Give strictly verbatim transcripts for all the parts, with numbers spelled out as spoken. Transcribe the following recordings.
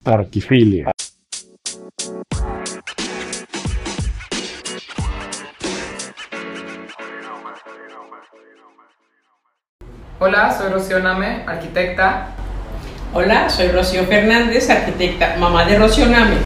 Arquifilia. Hola, soy Rocío Name, arquitecta. Hola, soy Rocío Fernández, arquitecta, mamá de Rocío Name.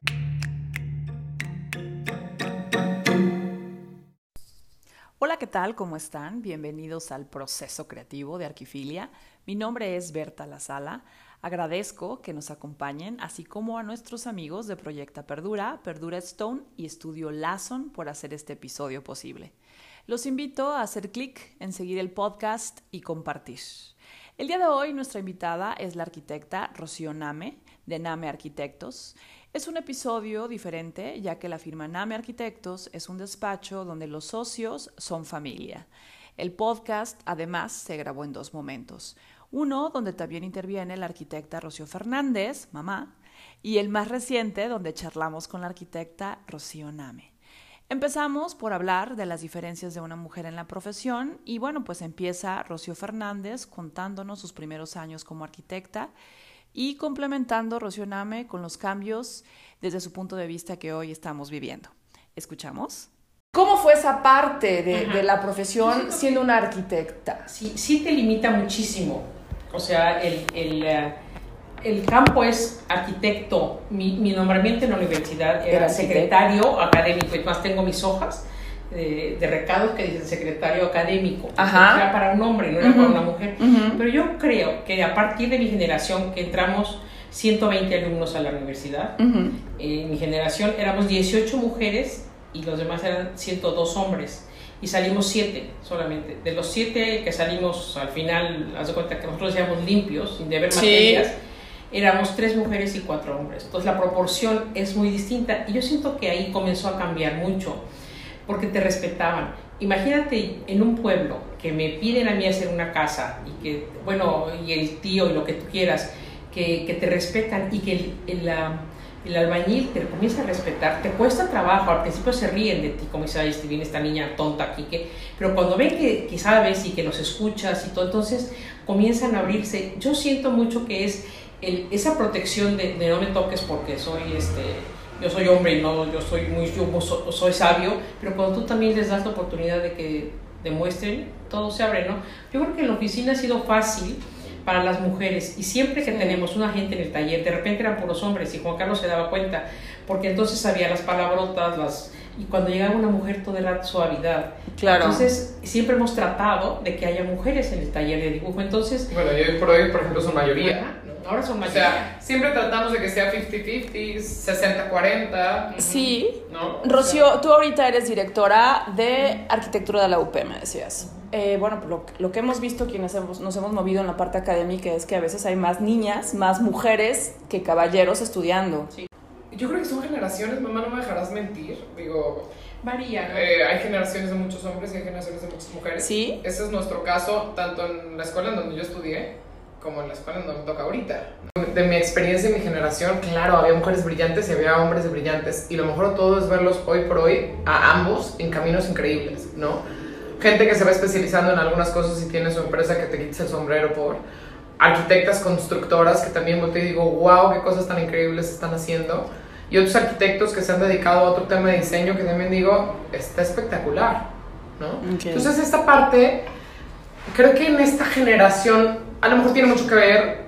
Hola, ¿qué tal? ¿Cómo están? Bienvenidos al Proceso Creativo de Arquifilia. Mi nombre es Berta Lazala. Agradezco que nos acompañen, así como a nuestros amigos de Proyecta Perdura, Perdura Stone y Estudio Lason por hacer este episodio posible. Los invito a hacer clic en seguir el podcast y compartir. El día de hoy nuestra invitada es la arquitecta Rocío Name, de Name Arquitectos. Es un episodio diferente, ya que la firma Name Arquitectos es un despacho donde los socios son familia. El podcast, además, se grabó en dos momentos. Uno, donde también interviene la arquitecta Rocío Fernández, mamá, y el más reciente, donde charlamos con la arquitecta Rocío Name. Empezamos por hablar de las diferencias de una mujer en la profesión y bueno, pues empieza Rocío Fernández contándonos sus primeros años como arquitecta y complementando Rocío Name con los cambios desde su punto de vista que hoy estamos viviendo. ¿Escuchamos? ¿Cómo fue esa parte de, de la profesión siendo una arquitecta? Sí, sí te limita muchísimo. O sea, el, el, uh, el campo es arquitecto. Mi, mi nombramiento en la universidad era, era secretario académico. Y más tengo mis hojas de, de recados que dicen secretario académico. Ajá. Era para un hombre, no era uh-huh. para una mujer. Uh-huh. Pero yo creo que a partir de mi generación, que entramos ciento veinte alumnos a la universidad, uh-huh. en mi generación éramos dieciocho mujeres y los demás eran ciento dos hombres. Y salimos siete solamente. De los siete que salimos al final, haz de cuenta que nosotros decíamos limpios, sin deber sí. materias, éramos tres mujeres y cuatro hombres. Entonces la proporción es muy distinta. Y yo siento que ahí comenzó a cambiar mucho, porque te respetaban. Imagínate en un pueblo que me piden a mí hacer una casa, y que, bueno, y el tío y lo que tú quieras, que, que te respetan y que el, el, la, el albañil te comienza a respetar, te cuesta trabajo, al principio se ríen de ti, como dice, ay, viene esta niña tonta aquí, que, pero cuando ven que, que sabes y que los escuchas y todo, entonces comienzan a abrirse. Yo siento mucho que es el, esa protección de, de no me toques porque soy, este, yo soy hombre y no, yo soy muy, yo soy, soy sabio, pero cuando tú también les das la oportunidad de que demuestren, todo se abre, ¿no? Yo creo que en la oficina ha sido fácil para las mujeres, y siempre que sí. tenemos una gente en el taller, de repente eran puros hombres y Juan Carlos se daba cuenta, porque entonces sabía las palabrotas, las, y cuando llegaba una mujer todo era suavidad. Claro. Entonces siempre hemos tratado de que haya mujeres en el taller de dibujo. Entonces, bueno, y hoy por hoy, por ejemplo, son mayoría. ¿no? Ahora son mayoría. O sea, siempre tratamos de que sea cincuenta cincuenta, sesenta cuarenta. Sí. ¿No? Rocío, o sea, tú ahorita eres directora de arquitectura de la U P, me decías. Eh, bueno, lo, lo que hemos visto quienes hemos, nos hemos movido en la parte académica es que a veces hay más niñas, más mujeres que caballeros estudiando. Sí. Yo creo que son generaciones, mamá, no me dejarás mentir. Digo, varía, ¿no? eh, hay generaciones de muchos hombres y hay generaciones de muchas mujeres. Sí. Ese es nuestro caso, tanto en la escuela en donde yo estudié, como en la escuela en donde me toca ahorita. De mi experiencia y mi generación, claro, había mujeres brillantes y había hombres brillantes. Y lo mejor de todo es verlos hoy por hoy, a ambos, en caminos increíbles, ¿no? Gente que se va especializando en algunas cosas y tiene su empresa que te quites el sombrero por. Arquitectas constructoras que también te digo, wow, qué cosas tan increíbles están haciendo. Y otros arquitectos que se han dedicado a otro tema de diseño que también digo, está espectacular, ¿no? Okay. Entonces esta parte, creo que en esta generación, a lo mejor tiene mucho que ver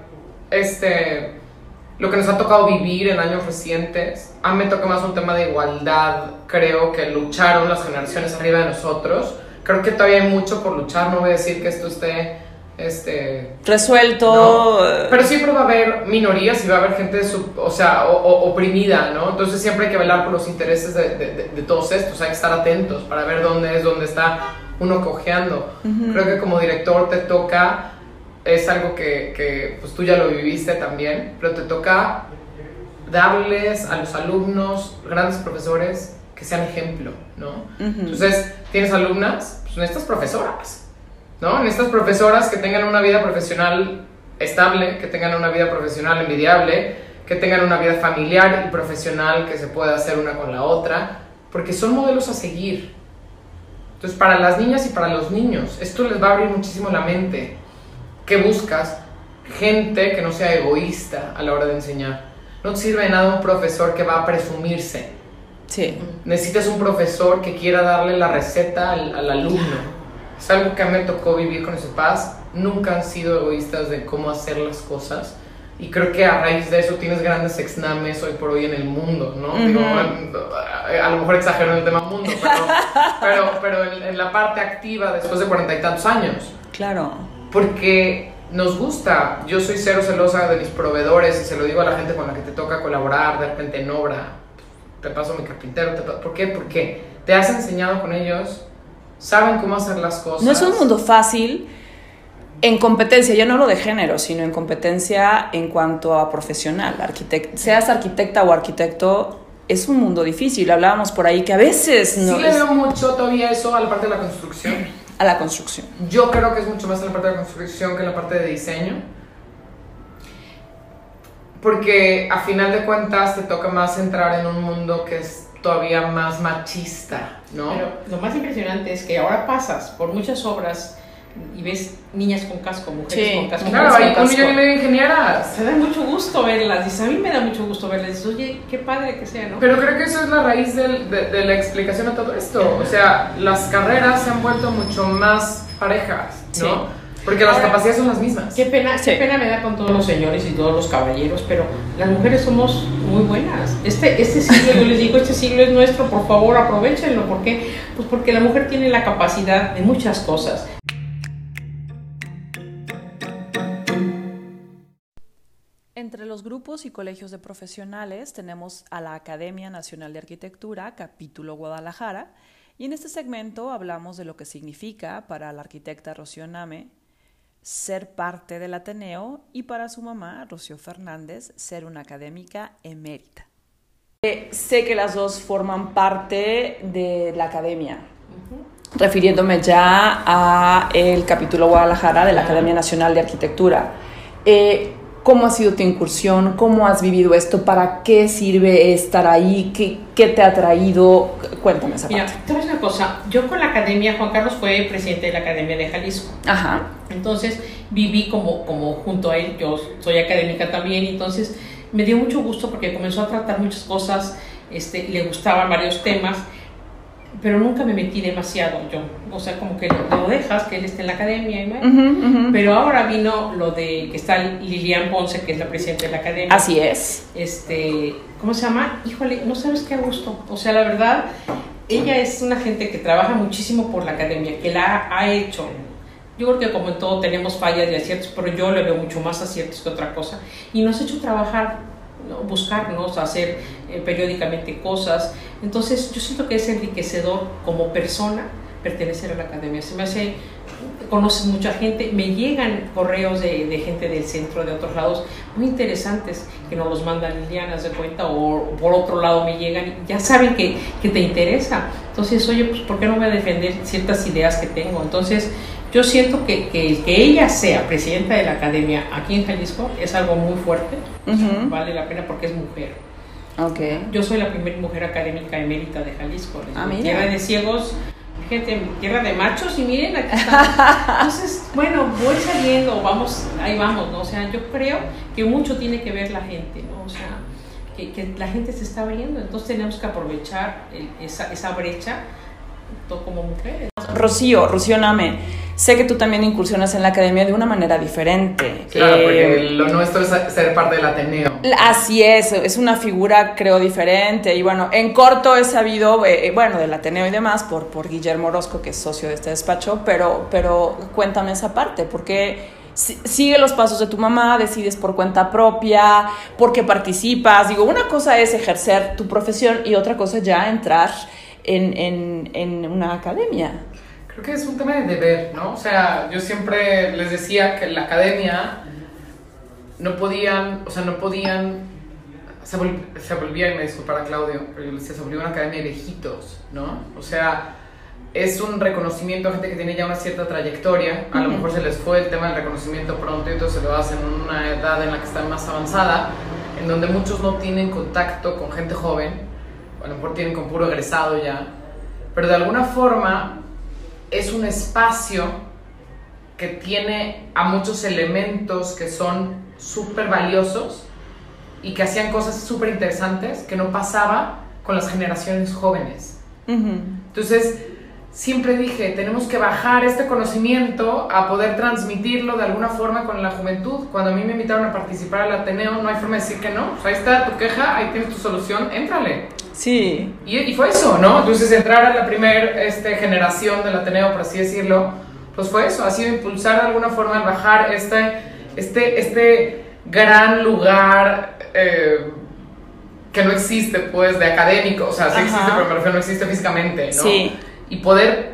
este, lo que nos ha tocado vivir en años recientes. A mí me toca más un tema de igualdad, creo que lucharon las generaciones arriba de nosotros. Creo que todavía hay mucho por luchar, no voy a decir que esto esté este, resuelto, no, pero siempre va a haber minorías y va a haber gente sub, o sea, o, o, oprimida, ¿no? Entonces siempre hay que velar por los intereses de, de, de, de todos estos, hay que estar atentos para ver dónde es, dónde está uno cojeando. Uh-huh. Creo que como director te toca, es algo que, que pues tú ya lo viviste también, pero te toca darles a los alumnos, grandes profesores, que sean ejemplo, ¿no? Uh-huh. Entonces, tienes alumnas, pues necesitas profesoras, ¿no? Necesitas profesoras que tengan una vida profesional estable, que tengan una vida profesional envidiable, que tengan una vida familiar y profesional que se pueda hacer una con la otra, porque son modelos a seguir. Entonces, para las niñas y para los niños, esto les va a abrir muchísimo la mente. ¿Qué buscas? Gente que no sea egoísta a la hora de enseñar. no te sirve de nada un profesor que va a presumirse. Sí. Necesitas un profesor que quiera darle la receta al, al alumno. Es algo que a mí me tocó vivir con mis papás. Nunca han sido egoístas de cómo hacer las cosas. Y creo que a raíz de eso tienes grandes exnames hoy por hoy en el mundo, ¿no? Uh-huh. Digo, a, a lo mejor exagero en el tema mundo, pero, pero, pero en, en la parte activa después de cuarenta y tantos años. Claro. Porque nos gusta. Yo soy cero celosa de mis proveedores y se lo digo a la gente con la que te toca colaborar, de repente en obra. Te paso mi carpintero. Te paso, ¿por qué? Porque te has enseñado con ellos, saben cómo hacer las cosas. No es un mundo fácil. En competencia, yo no hablo de género, sino en competencia en cuanto a profesional. Arquitect- seas arquitecta o arquitecto, es un mundo difícil. Hablábamos por ahí que a veces no. Sí, le veo mucho todavía eso a la parte de la construcción. A la construcción. Yo creo que es mucho más en la parte de la construcción que en la parte de diseño. Porque a final de cuentas te toca más entrar en un mundo que es todavía más machista, ¿no? Pero lo más impresionante es que ahora pasas por muchas obras y ves niñas con casco, mujeres sí, con casco. Claro, hay un millón y medio de ingenieras. Se da mucho gusto verlas, dices, a mí me da mucho gusto verlas, dices, oye, qué padre que sea, ¿no? Pero creo que eso es la raíz del, de, de la explicación a todo esto. O sea, las carreras se han vuelto mucho más parejas, ¿no? Sí. Porque las Ahora, capacidades son las mismas. Qué pena, sí. qué pena me da con todos los señores y todos los caballeros, pero las mujeres somos muy buenas. Este, este siglo, yo les digo, este siglo es nuestro, por favor, aprovechenlo. ¿Por qué? Pues porque la mujer tiene la capacidad de muchas cosas. Entre los grupos y colegios de profesionales tenemos a la Academia Nacional de Arquitectura, capítulo Guadalajara, y en este segmento hablamos de lo que significa para la arquitecta Rocío Name ser parte del Ateneo y para su mamá, Rocío Fernández, ser una académica emérita. Eh, sé que las dos forman parte de la academia, uh-huh. refiriéndome ya a el capítulo Guadalajara de la Academia Nacional de Arquitectura. Eh, ¿Cómo ha sido tu incursión? ¿Cómo has vivido esto? ¿Para qué sirve estar ahí? ¿Qué, qué te ha traído? Cuéntame esa parte. Mira, te voy a decir una cosa. Yo con la academia, Juan Carlos fue presidente de la Academia de Jalisco. Ajá. Entonces viví como, como junto a él. Yo soy académica también. Entonces me dio mucho gusto porque comenzó a tratar muchas cosas. Este, le gustaban varios temas. Pero nunca me metí demasiado yo, o sea, como que lo, lo dejas, que él esté en la academia, ¿no? Uh-huh, uh-huh. Pero ahora vino lo de que está Lilian Ponce, que es la presidenta de la academia. Así es. Este, ¿cómo se llama? Híjole, no sabes qué a gusto. O sea, la verdad, ella es una gente que trabaja muchísimo por la academia, que la ha hecho. Yo creo que como en todo tenemos fallas y aciertos, pero yo le veo mucho más aciertos que otra cosa. Y nos ha hecho trabajar, ¿no? Buscarnos, hacer eh, periódicamente cosas. Entonces yo siento que es enriquecedor como persona pertenecer a la academia. Se me hace, conoces mucha gente, me llegan correos de, de gente del centro, de otros lados, muy interesantes, que nos los mandan Liliana, ¿se cuenta? O por otro lado me llegan y ya saben que, que te interesa. Entonces, oye, pues ¿por qué no voy a defender ciertas ideas que tengo? Entonces yo siento que, que, que ella sea presidenta de la academia aquí en Jalisco es algo muy fuerte, uh-huh. Vale la pena porque es mujer. Okay. Yo soy la primera mujer académica emérita de Jalisco. Ah, tierra de ciegos, fíjate, tierra de machos y miren, aquí está. Entonces, bueno, voy saliendo, vamos, ahí vamos, ¿no? O sea, yo creo que mucho tiene que ver la gente, ¿no? O sea, que, que la gente se está abriendo, entonces tenemos que aprovechar el, esa, esa brecha como mujeres. Rocío, Rocío Name, sé que tú también incursionas en la academia de una manera diferente. Claro, eh, porque lo nuestro es ser parte del Ateneo. Así es, es una figura creo diferente y bueno, en corto he sabido, eh, bueno, del Ateneo y demás por, por Guillermo Orozco, que es socio de este despacho, pero, pero cuéntame esa parte, porque sigue los pasos de tu mamá, decides por cuenta propia, porque participas, digo, una cosa es ejercer tu profesión y otra cosa ya entrar En, en, en una academia. Creo que es un tema de deber, ¿no? O sea, yo siempre les decía que en la academia no podían, o sea, no podían, se, vol, se volvía, y me disculpará Claudio, pero yo les decía, se volvió una academia de viejitos, ¿no? O sea, es un reconocimiento a gente que tiene ya una cierta trayectoria, a lo mejor se les fue el tema del reconocimiento pronto y entonces se lo hacen en una edad en la que están más avanzada, en donde muchos no tienen contacto con gente joven, a lo mejor tienen con puro egresado ya, pero de alguna forma es un espacio que tiene a muchos elementos que son súper valiosos y que hacían cosas súper interesantes que no pasaba con las generaciones jóvenes. Uh-huh. Entonces, siempre dije, tenemos que bajar este conocimiento a poder transmitirlo de alguna forma con la juventud. Cuando a mí me invitaron a participar al Ateneo, no hay forma de decir que no. O sea, ahí está tu queja, ahí tienes tu solución, éntrale. Sí. Y, y fue eso, ¿no? Entonces, entrar a la primera este, generación del Ateneo, por así decirlo, pues fue eso. Ha sido impulsar de alguna forma al bajar este, este, este gran lugar eh, que no existe, pues, de académico. O sea, sí Ajá. existe, pero me refiero, no existe físicamente, ¿no? Sí. Y poder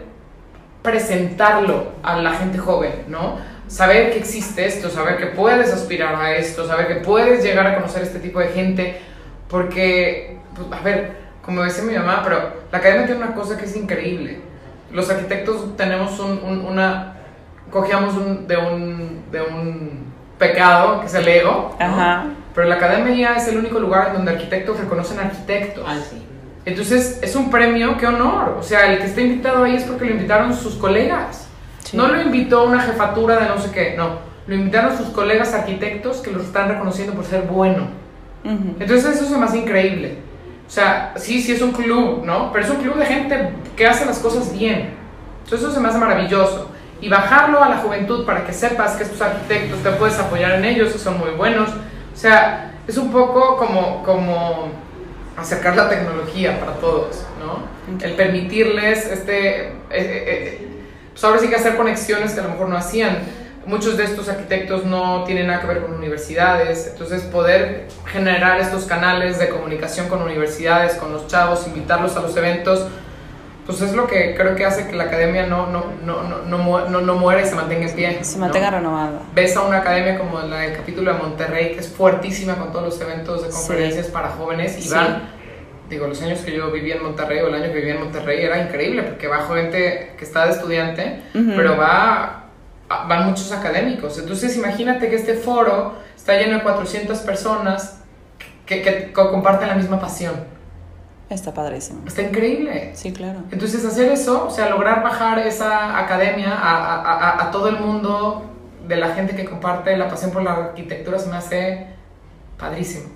presentarlo a la gente joven, ¿no? Saber que existe esto, saber que puedes aspirar a esto, saber que puedes llegar a conocer este tipo de gente, porque, pues, a ver, como decía mi mamá, pero la academia tiene una cosa que es increíble. Los arquitectos tenemos un, un, una, cogíamos un, de, un, de un pecado, que es el ego, ¿no? Ajá. Pero la academia es el único lugar en donde arquitectos reconocen arquitectos. Ah, sí. Entonces, es un premio, qué honor. O sea, el que está invitado ahí es porque lo invitaron sus colegas. Sí. No lo invitó una jefatura de no sé qué, no. Lo invitaron sus colegas arquitectos que lo están reconociendo por ser bueno. Uh-huh. Entonces, eso se me hace increíble. O sea, sí, sí es un club, ¿no? Pero es un club de gente que hace las cosas bien. Entonces, eso se me hace maravilloso. Y bajarlo a la juventud para que sepas que estos arquitectos te puedes apoyar en ellos, que son muy buenos. O sea, es un poco como... como acercar la tecnología para todos, ¿no? Okay. El permitirles, este, eh, eh, pues ahora sí que hacer conexiones que a lo mejor no hacían. Muchos de estos arquitectos no tienen nada que ver con universidades, entonces poder generar estos canales de comunicación con universidades, con los chavos, invitarlos a los eventos, pues es lo que creo que hace que la academia no, no, no, no, no, no, no muera y se mantenga en pie. Se mantenga ¿no? renovada. Ves a una academia como la del capítulo de Monterrey, que es fuertísima con todos los eventos de conferencias sí. para jóvenes, y sí. van, digo, los años que yo viví en Monterrey o el año que viví en Monterrey era increíble, porque va gente que está de estudiante, uh-huh. pero va, van muchos académicos. Entonces imagínate que este foro está lleno de cuatrocientas personas que, que, que comparten la misma pasión. Está padrísimo. Está increíble. Sí, claro. Entonces hacer eso, o sea, lograr bajar esa academia a, a, a, a todo el mundo de la gente que comparte la pasión por la arquitectura se me hace padrísimo.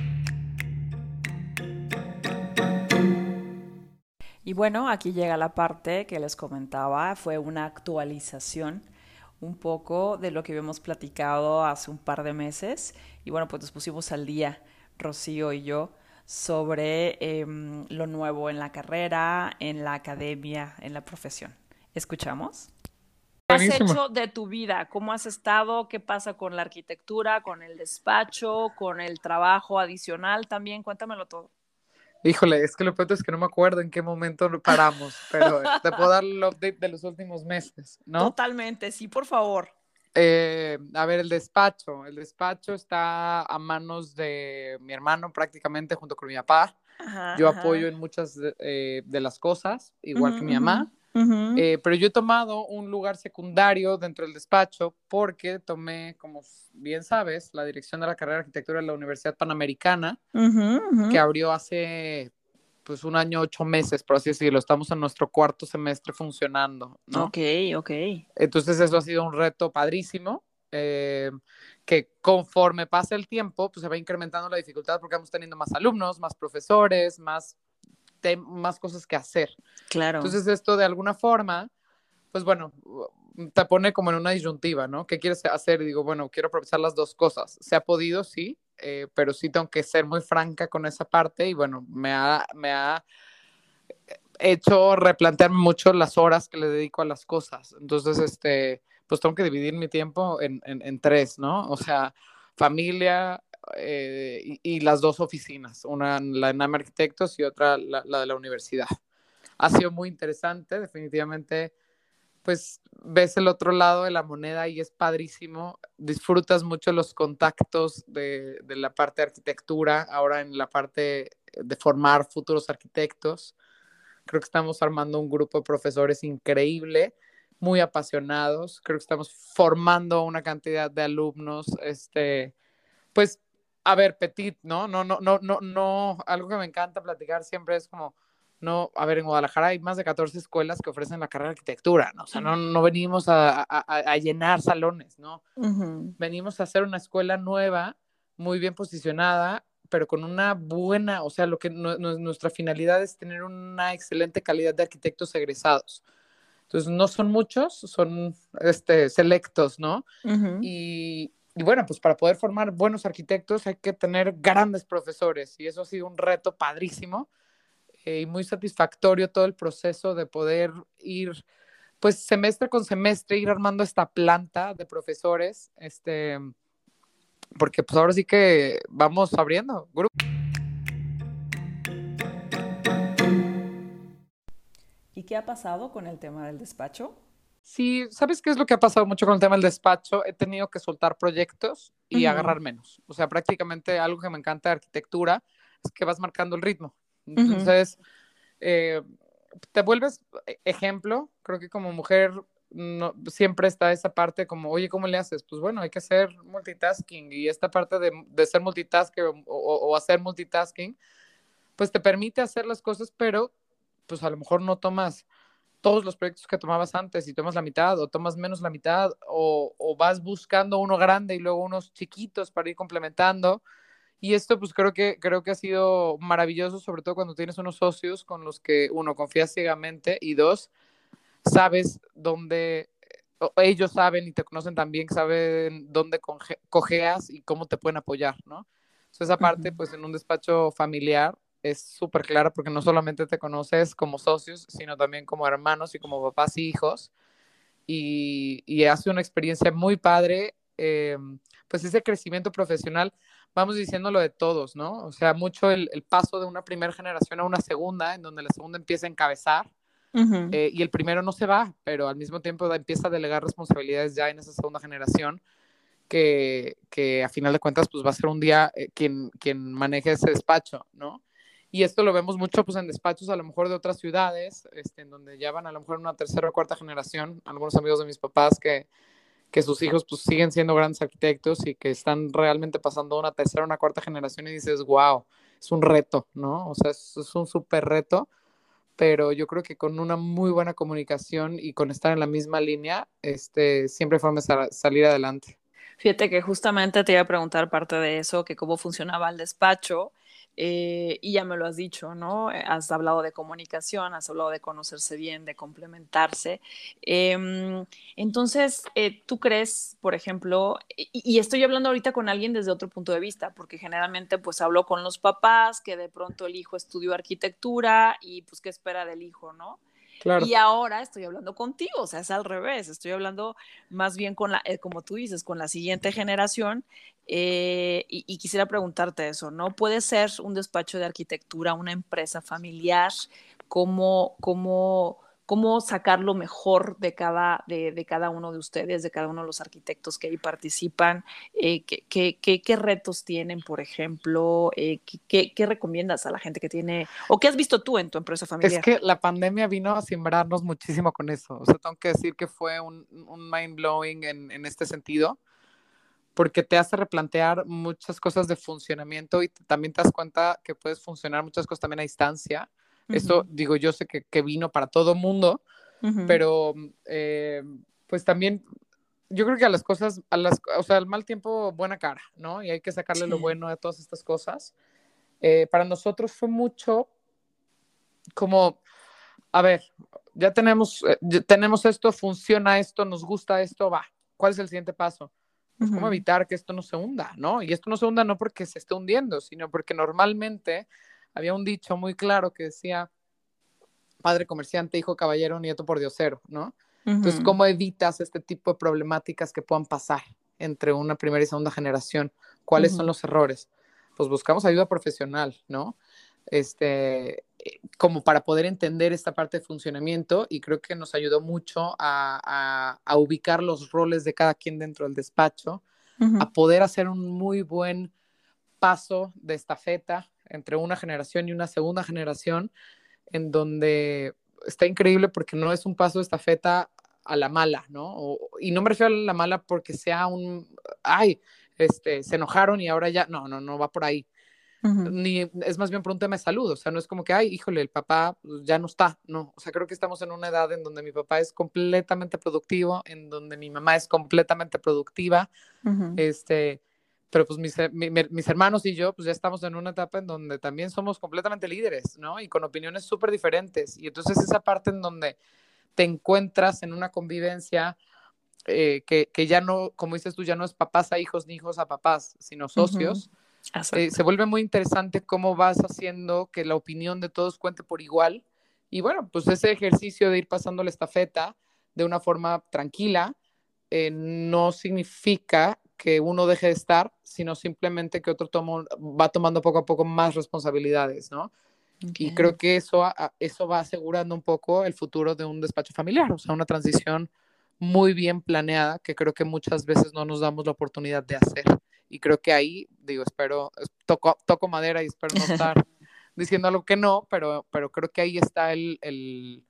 Y bueno, aquí llega la parte que les comentaba, fue una actualización un poco de lo que habíamos platicado hace un par de meses. Y bueno, pues nos pusimos al día, Rocío y yo, sobre eh, lo nuevo en la carrera, en la academia, en la profesión. ¿Escuchamos? ¿Qué has hecho de tu vida? ¿Cómo has estado? ¿Qué pasa con la arquitectura, con el despacho, con el trabajo adicional también? Cuéntamelo todo. Híjole, es que lo peor es que no me acuerdo en qué momento paramos, pero te puedo dar el update de los últimos meses, ¿no? Totalmente, sí, por favor. Eh, a ver, el despacho. El despacho está a manos de mi hermano prácticamente junto con mi papá. Ajá, yo ajá. apoyo en muchas de, eh, de las cosas, igual uh-huh, que mi mamá. Uh-huh. Eh, pero yo he tomado un lugar secundario dentro del despacho porque tomé, como bien sabes, la dirección de la carrera de arquitectura de la Universidad Panamericana, uh-huh, uh-huh. que abrió hace pues un año, ocho meses, por así decirlo. Estamos en nuestro cuarto semestre funcionando, ¿no? Ok, ok. Entonces eso ha sido un reto padrísimo, eh, que conforme pasa el tiempo, pues se va incrementando la dificultad porque vamos teniendo más alumnos, más profesores, más, te- más cosas que hacer. Claro. Entonces esto de alguna forma, pues bueno, te pone como en una disyuntiva, ¿no? ¿Qué quieres hacer? Y digo, bueno, quiero aprovechar las dos cosas. Se ha podido, sí, eh, pero sí tengo que ser muy franca con esa parte y bueno, me ha, me ha hecho replantearme mucho las horas que le dedico a las cosas. Entonces, este, pues tengo que dividir mi tiempo en, en, en tres, ¿no? O sea, familia eh, y, y las dos oficinas, una la de NAM Arquitectos y otra la, la de la universidad. Ha sido muy interesante, definitivamente, pues ves el otro lado de la moneda y es padrísimo, disfrutas mucho los contactos de, de la parte de arquitectura, ahora en la parte de formar futuros arquitectos. Creo que estamos armando un grupo de profesores increíble, muy apasionados. Creo que estamos formando una cantidad de alumnos, este, pues, a ver, petit, ¿no? No, no, no, no, no. Algo que me encanta platicar siempre es como, no, a ver, en Guadalajara hay más de catorce escuelas que ofrecen la carrera de arquitectura, ¿no? O sea, no, no venimos a, a, a llenar salones, ¿no? Uh-huh. Venimos a hacer una escuela nueva, muy bien posicionada, pero con una buena, o sea, lo que no, no, nuestra finalidad es tener una excelente calidad de arquitectos egresados. Entonces, no son muchos, son este, selectos, ¿no? Ujú. Y, y bueno, pues para poder formar buenos arquitectos hay que tener grandes profesores y eso ha sido un reto padrísimo eh, y muy satisfactorio todo el proceso de poder ir, pues semestre con semestre, ir armando esta planta de profesores, este, porque pues ahora sí que vamos abriendo grupos. ¿Y qué ha pasado con el tema del despacho? Sí, ¿sabes qué es lo que ha pasado mucho con el tema del despacho? He tenido que soltar proyectos y Ujú, agarrar menos. O sea, prácticamente algo que me encanta de arquitectura es que vas marcando el ritmo. ujú, Entonces, eh, te vuelves e, ejemplo. Creo que como mujer no, siempre está esa parte como, oye, ¿cómo le haces? Pues bueno, hay que hacer multitasking y esta parte de, de ser multitasker o, o, o hacer multitasking, pues te permite hacer las cosas, pero pues a lo mejor no tomas todos los proyectos que tomabas antes y tomas la mitad o tomas menos la mitad o, o vas buscando uno grande y luego unos chiquitos para ir complementando. Y esto pues creo que, creo que ha sido maravilloso, sobre todo cuando tienes unos socios con los que uno confías ciegamente y dos, sabes dónde, o ellos saben y te conocen también, saben dónde conge, cojeas y cómo te pueden apoyar, ¿no? Entonces, esa ujú. parte, pues en un despacho familiar es súper clara porque no solamente te conoces como socios, sino también como hermanos y como papás y hijos. Y, y hace una experiencia muy padre, eh, pues ese crecimiento profesional, vamos diciendo lo de todos, ¿no? O sea, mucho el, el paso de una primera generación a una segunda, en donde la segunda empieza a encabezar Ujú. eh, y el primero no se va, pero al mismo tiempo da, empieza a delegar responsabilidades ya en esa segunda generación que, que a final de cuentas pues va a ser un día eh, quien, quien maneje ese despacho, ¿no? Y esto lo vemos mucho pues en despachos a lo mejor de otras ciudades, este, en donde ya van a lo mejor una tercera o cuarta generación, algunos amigos de mis papás que, que sus hijos pues siguen siendo grandes arquitectos y que están realmente pasando una tercera o una cuarta generación y dices, wow, es un reto, ¿no? O sea, es, es un súper reto, pero yo creo que con una muy buena comunicación y con estar en la misma línea, este, siempre fue a salir adelante. Fíjate que justamente te iba a preguntar parte de eso, que cómo funcionaba el despacho, eh, y ya me lo has dicho, ¿no? Eh, Has hablado de comunicación, has hablado de conocerse bien, de complementarse. Em, entonces, eh, ¿tú crees, por ejemplo, y, y estoy hablando ahorita con alguien desde otro punto de vista, porque generalmente pues hablo con los papás, que de pronto el hijo estudió arquitectura y pues qué espera del hijo, ¿no? Claro. Y ahora estoy hablando contigo, o sea, es al revés, estoy hablando más bien con la, eh, como tú dices, con la siguiente generación. Eh, y, y quisiera preguntarte eso, ¿no? ¿Puede ser un despacho de arquitectura, una empresa familiar? ¿Cómo, cómo, cómo sacar lo mejor de cada, de, de cada uno de ustedes, de cada uno de los arquitectos que ahí participan? Eh, ¿qué, qué, qué, qué retos tienen, por ejemplo? Eh, ¿qué, qué, ¿Qué recomiendas a la gente que tiene, o qué has visto tú en tu empresa Es familiar? que la pandemia vino a simbrarnos muchísimo con eso. O sea, tengo que decir que fue un, un mind blowing en, en este sentido, porque te hace replantear muchas cosas de funcionamiento y también te das cuenta que puedes funcionar muchas cosas también a distancia. Uh Eso, -huh. digo, yo sé que, que vino para todo mundo, Uh -huh. pero eh, pues también yo creo que a las cosas, a las, o sea, al mal tiempo, buena cara, ¿no? Y hay que sacarle lo Sí. bueno de todas estas cosas. Eh, para nosotros fue mucho como, a ver, ya tenemos, eh, ya tenemos esto, funciona esto, nos gusta esto, va. ¿Cuál es el siguiente paso? Uh Pues cómo -huh. evitar que esto no se hunda, ¿no? Y esto no se hunda no porque se esté hundiendo, sino porque normalmente había un dicho muy claro que decía, padre comerciante, hijo caballero, nieto por diosero, ¿no? Uh Entonces, -huh. ¿cómo evitas este tipo de problemáticas que puedan pasar entre una primera y segunda generación? Uh ¿Cuáles son -huh. los errores? Pues buscamos ayuda profesional, ¿no? Este, como para poder entender esta parte de funcionamiento y creo que nos ayudó mucho a, a, a ubicar los roles de cada quien dentro del despacho, Uh -huh. a poder hacer un muy buen paso de estafeta entre una generación y una segunda generación en donde está increíble porque no es un paso de estafeta a la mala, ¿no? O, y no me refiero a la mala porque sea un, ay, este, se enojaron y ahora ya, no, no, no va por ahí. Uh -huh. Ni es más bien por un tema de salud, o sea, no es como que, ay, híjole, el papá ya no está, no, o sea, creo que estamos en una edad en donde mi papá es completamente productivo, en donde mi mamá es completamente productiva, Uh -huh. este, pero pues mis, mi, mis hermanos y yo pues ya estamos en una etapa en donde también somos completamente líderes, ¿no? Y con opiniones súper diferentes. Y entonces esa parte en donde te encuentras en una convivencia eh, que, que ya no, como dices tú, ya no es papás a hijos ni hijos a papás, sino socios. Uh-huh. Eh, se vuelve muy interesante cómo vas haciendo que la opinión de todos cuente por igual. Y bueno, pues ese ejercicio de ir pasando la estafeta de una forma tranquila eh, no significa que uno deje de estar, sino simplemente que otro tomo, va tomando poco a poco más responsabilidades, ¿no? Okay. Y creo que eso, eso va asegurando un poco el futuro de un despacho familiar, o sea, una transición muy bien planeada que creo que muchas veces no nos damos la oportunidad de hacer. Y creo que ahí, digo, espero, toco, toco madera y espero no estar diciendo algo que no, pero, pero creo que ahí está el, el,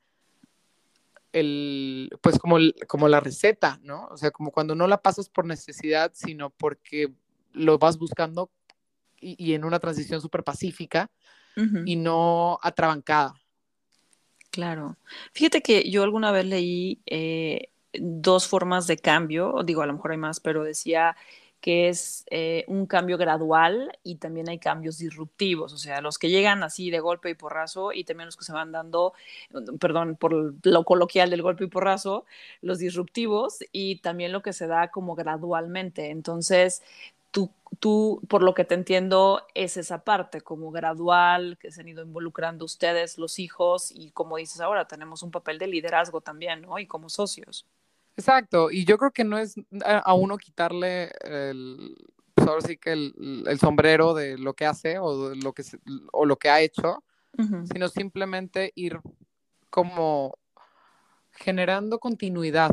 el pues como, el, como la receta, ¿no? O sea, como cuando no la pasas por necesidad, sino porque lo vas buscando y, y en una transición súper pacífica uh-huh. y no atrabancada. Claro. Fíjate que yo alguna vez leí eh, dos formas de cambio, digo, a lo mejor hay más, pero decía que es eh, un cambio gradual y también hay cambios disruptivos, o sea, los que llegan así de golpe y porrazo y también los que se van dando, perdón, por lo coloquial del golpe y porrazo, los disruptivos y también lo que se da como gradualmente. Entonces, tú, tú, por lo que te entiendo, es esa parte como gradual que se han ido involucrando ustedes, los hijos, y como dices ahora, tenemos un papel de liderazgo también, ¿no? Y como socios. Exacto, y yo creo que no es a, a uno quitarle el, pues ahora sí que el, el sombrero de lo que hace o, de lo, que se, o lo que ha hecho, uh-huh. sino simplemente ir como generando continuidad.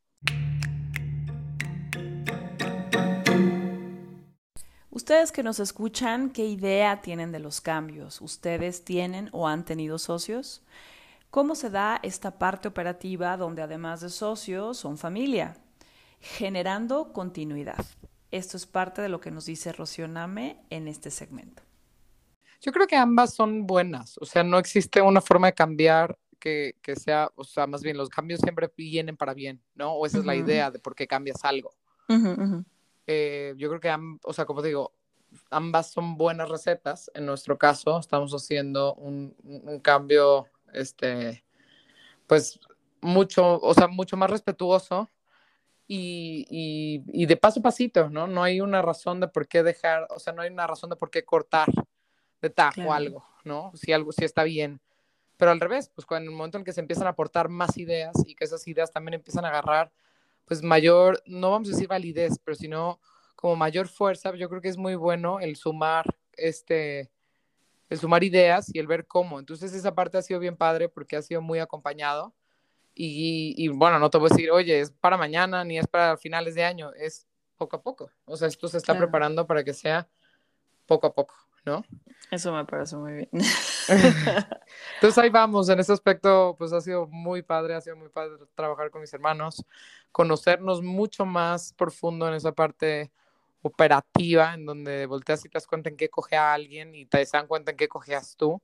Ustedes que nos escuchan, ¿qué idea tienen de los cambios? ¿Ustedes tienen o han tenido socios? ¿Cómo se da esta parte operativa donde además de socios son familia? Generando continuidad. Esto es parte de lo que nos dice Rocío Name en este segmento. Yo creo que ambas son buenas, o sea, no existe una forma de cambiar que, que sea, o sea, más bien los cambios siempre vienen para bien, ¿no? O esa uh-huh. es la idea de por qué cambias algo. Uh-huh, uh-huh. Eh, yo creo que, o sea, como te digo, ambas son buenas recetas. En nuestro caso, estamos haciendo un, un cambio, este, pues, mucho, o sea, mucho más respetuoso y, y, y de paso a pasito, ¿no? No hay una razón de por qué dejar, o sea, no hay una razón de por qué cortar de tajo claro. algo, ¿no? Si algo sí está bien. Pero al revés, pues, cuando en el momento en que se empiezan a aportar más ideas y que esas ideas también empiezan a agarrar pues mayor, no vamos a decir validez, pero sino como mayor fuerza, yo creo que es muy bueno el sumar, este, el sumar ideas y el ver cómo. Entonces esa parte ha sido bien padre porque ha sido muy acompañado y, y bueno, no te voy a decir, oye, es para mañana ni es para finales de año, es poco a poco. O sea, esto se está claro. preparando para que sea poco a poco, ¿no? Eso me parece muy bien. Entonces ahí vamos, en ese aspecto pues ha sido muy padre, ha sido muy padre trabajar con mis hermanos, conocernos mucho más profundo en esa parte operativa, en donde volteas y te das cuenta en qué coge a alguien y te dan cuenta en qué cogías tú.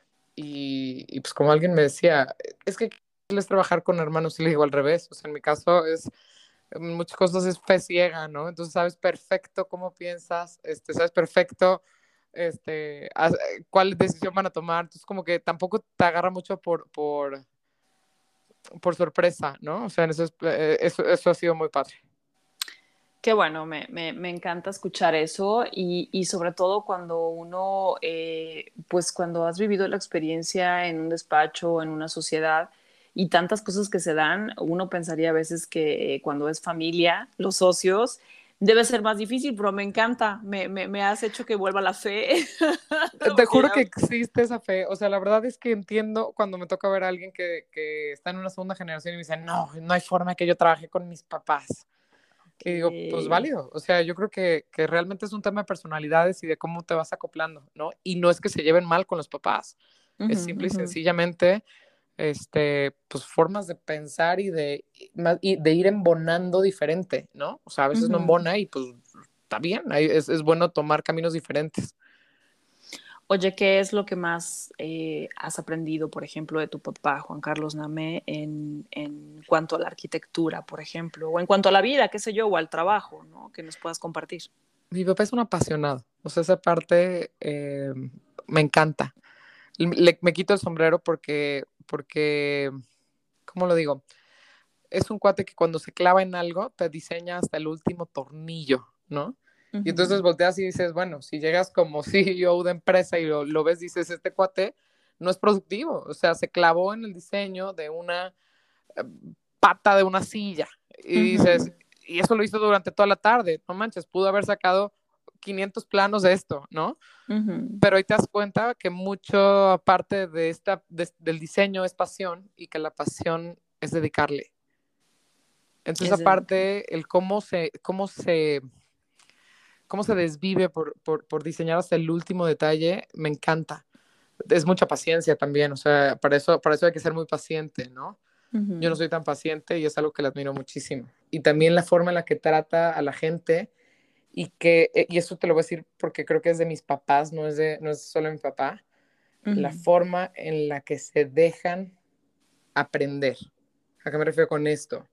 Y, y pues como alguien me decía, es que es trabajar con hermanos, y le digo al revés, o sea, en mi caso es, en muchas cosas es fe ciega, ¿no? Entonces sabes perfecto cómo piensas, este, sabes perfecto este, cuál decisión van a tomar, entonces como que tampoco te agarra mucho por, por, por sorpresa, ¿no? O sea, eso, es, eso, eso ha sido muy padre. Qué bueno, me, me, me encanta escuchar eso y, y sobre todo cuando uno, eh, pues cuando has vivido la experiencia en un despacho, en una sociedad y tantas cosas que se dan, uno pensaría a veces que cuando es familia, los socios, debe ser más difícil, pero me encanta, me, me, me has hecho que vuelva la fe. Te juro que existe esa fe, o sea, la verdad es que entiendo cuando me toca ver a alguien que, que está en una segunda generación y me dice, no, no hay forma que yo trabaje con mis papás. Okay. Y digo, pues válido, o sea, yo creo que, que realmente es un tema de personalidades y de cómo te vas acoplando, ¿no? Y no es que se lleven mal con los papás, uh-huh, es simple uh-huh. y sencillamente este, pues formas de pensar y de, y de ir embonando diferente, ¿no? O sea, a veces uh-huh. no embona y pues está bien, es, es bueno tomar caminos diferentes. Oye, ¿qué es lo que más eh, has aprendido, por ejemplo, de tu papá, Juan Carlos Name, en, en cuanto a la arquitectura, por ejemplo, o en cuanto a la vida, qué sé yo, o al trabajo, ¿no? Que nos puedas compartir. Mi papá es un apasionado, o sea, esa parte eh, me encanta. Le, me quito el sombrero porque, porque, ¿cómo lo digo? Es un cuate que cuando se clava en algo te diseña hasta el último tornillo, ¿no? Y entonces Ujú. volteas y dices, bueno, si llegas como C E O de empresa y lo, lo ves, dices, este cuate no es productivo, o sea, se clavó en el diseño de una eh, pata de una silla. Y dices, Ujú. y eso lo hizo durante toda la tarde, no manches, pudo haber sacado quinientos planos de esto, ¿no? Ujú. Pero ahí te das cuenta que mucho parte de esta, de, del diseño es pasión y que la pasión es dedicarle. Entonces, Es de... aparte, el cómo se, cómo se, cómo se desvive por, por, por diseñar hasta el último detalle, me encanta. Es mucha paciencia también, o sea, para eso, para eso hay que ser muy paciente, ¿no? Yo no Ujú. soy tan paciente y es algo que le admiro muchísimo. Y también la forma en la que trata a la gente y que, eh, y eso te lo voy a decir porque creo que es de mis papás, no es, de, no es solo de mi papá, la Ujú. forma en la que se dejan aprender. ¿A qué me refiero con esto?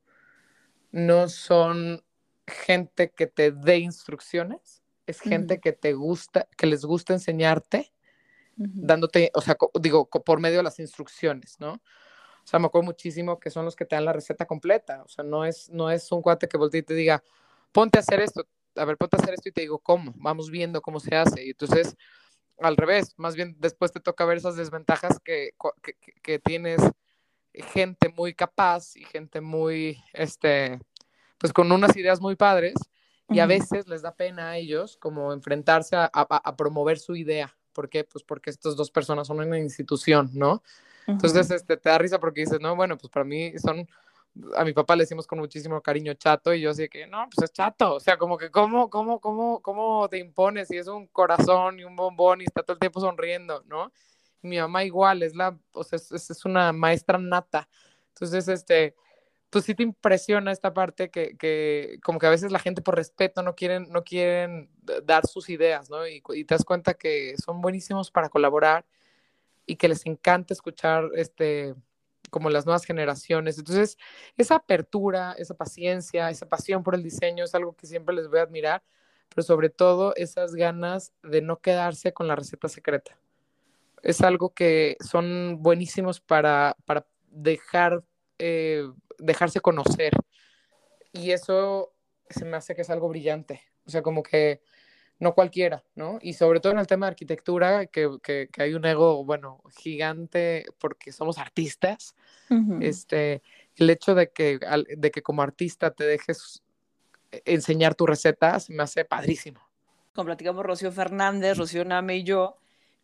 No son gente que te dé instrucciones, es gente Ujú. que te gusta, que les gusta enseñarte, Ujú. dándote, o sea, digo, por medio de las instrucciones, ¿no? O sea, me acuerdo muchísimo que son los que te dan la receta completa. O sea, no es, no es un cuate que voltee y te diga, ponte a hacer esto. A ver, ponte a hacer esto y te digo cómo. Vamos viendo cómo se hace. Y entonces, al revés, más bien después te toca ver esas desventajas que, que, que tienes gente muy capaz y gente muy, este, pues con unas ideas muy padres y a Ujú. veces les da pena a ellos como enfrentarse a, a, a promover su idea. ¿Por qué? Pues porque estas dos personas son una institución, ¿no? Entonces, Ujú. este, te da risa porque dices, no, bueno, pues para mí son, a mi papá le decimos con muchísimo cariño chato y yo así que, no, pues es chato, o sea, como que, ¿cómo, cómo, cómo, cómo te impones si es un corazón y un bombón y está todo el tiempo sonriendo, ¿no? Y mi mamá igual, es la, o sea, es, es una maestra nata. Entonces, este, pues sí te impresiona esta parte que, que como que a veces la gente por respeto no quieren, no quieren dar sus ideas, ¿no? Y, y te das cuenta que son buenísimos para colaborar y que les encanta escuchar este, como las nuevas generaciones. Entonces, esa apertura, esa paciencia, esa pasión por el diseño es algo que siempre les voy a admirar, pero sobre todo esas ganas de no quedarse con la receta secreta. Es algo que son buenísimos para, para dejar, eh, dejarse conocer y eso se me hace que es algo brillante. O sea, como que no cualquiera, ¿no? Y sobre todo en el tema de arquitectura, que, que, que hay un ego, bueno, gigante porque somos artistas, Ujú. este, el hecho de que, de que como artista te dejes enseñar tu receta se me hace padrísimo. Cuando platicamos Rocío Fernández, Rocío Name y yo,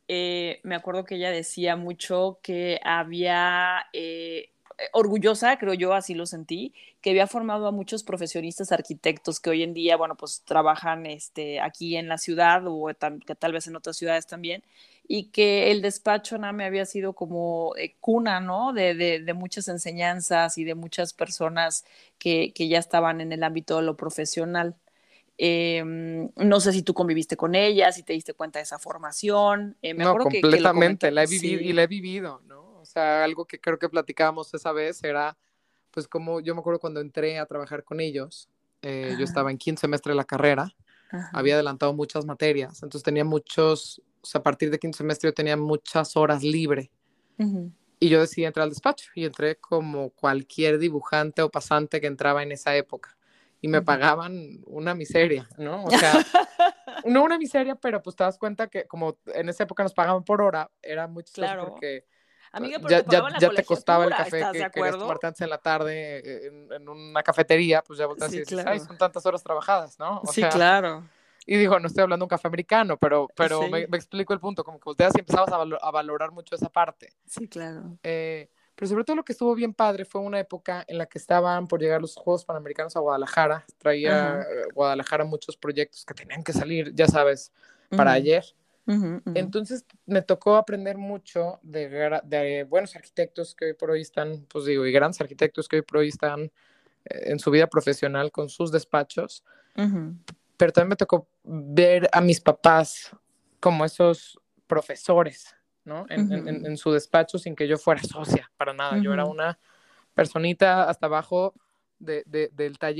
eh, me acuerdo que ella decía mucho que había, eh, orgullosa, creo yo, así lo sentí, que había formado a muchos profesionistas arquitectos que hoy en día, bueno, pues trabajan este, aquí en la ciudad o tam que tal vez en otras ciudades también, y que el despacho Name había sido como eh, cuna, ¿no? De, de, de, muchas enseñanzas y de muchas personas que, que ya estaban en el ámbito de lo profesional. Eh, no sé si tú conviviste con ella, si te diste cuenta de esa formación. Eh, me No, acuerdo que, que lo completamente, comenta. la he vivido y Sí. la he vivido, ¿no? O sea, algo que creo que platicábamos esa vez era, pues como yo me acuerdo cuando entré a trabajar con ellos, eh, yo Ajá, estaba en quinto semestre de la carrera, ajá. había adelantado muchas materias, entonces tenía muchos, o sea, a partir de quinto semestre yo tenía muchas horas libre Uh-huh. y yo decidí entrar al despacho y entré como cualquier dibujante o pasante que entraba en esa época y me Uh-huh. pagaban una miseria, ¿no? O sea, no una miseria, pero pues te das cuenta que como en esa época nos pagaban por hora, era muy chistoso Claro. porque pues, Amiga, pero ya, te ya, pagaban la ya te costaba el colegiatura, café ¿estás de que querías acuerdo? tomarte antes en la tarde eh, en, en una cafetería, pues ya volteas y Sí, dices, ay, claro. son tantas horas trabajadas, ¿no? O Sí, sea, claro. y digo, no estoy hablando de un café americano, pero, pero me, Sí, me explico el punto, como que volteas y empezabas a, valo- a valorar mucho esa parte. sí, claro. Eh, pero sobre todo lo que estuvo bien padre fue una época en la que estaban por llegar los Juegos Panamericanos a Guadalajara. Traía Ajá. eh, Guadalajara muchos proyectos que tenían que salir, ya sabes, para Uh-huh. ayer. Uh-huh. Uh-huh. Entonces me tocó aprender mucho de, de buenos arquitectos que hoy por hoy están, pues digo, y grandes arquitectos que hoy por hoy están eh, en su vida profesional con sus despachos. Uh-huh. Pero también me tocó ver a mis papás como esos profesores, ¿no? En, en, Uh-huh. en su despacho sin que yo fuera socia, para nada. Yo era Uh-huh. una personita hasta abajo de, de, del taller.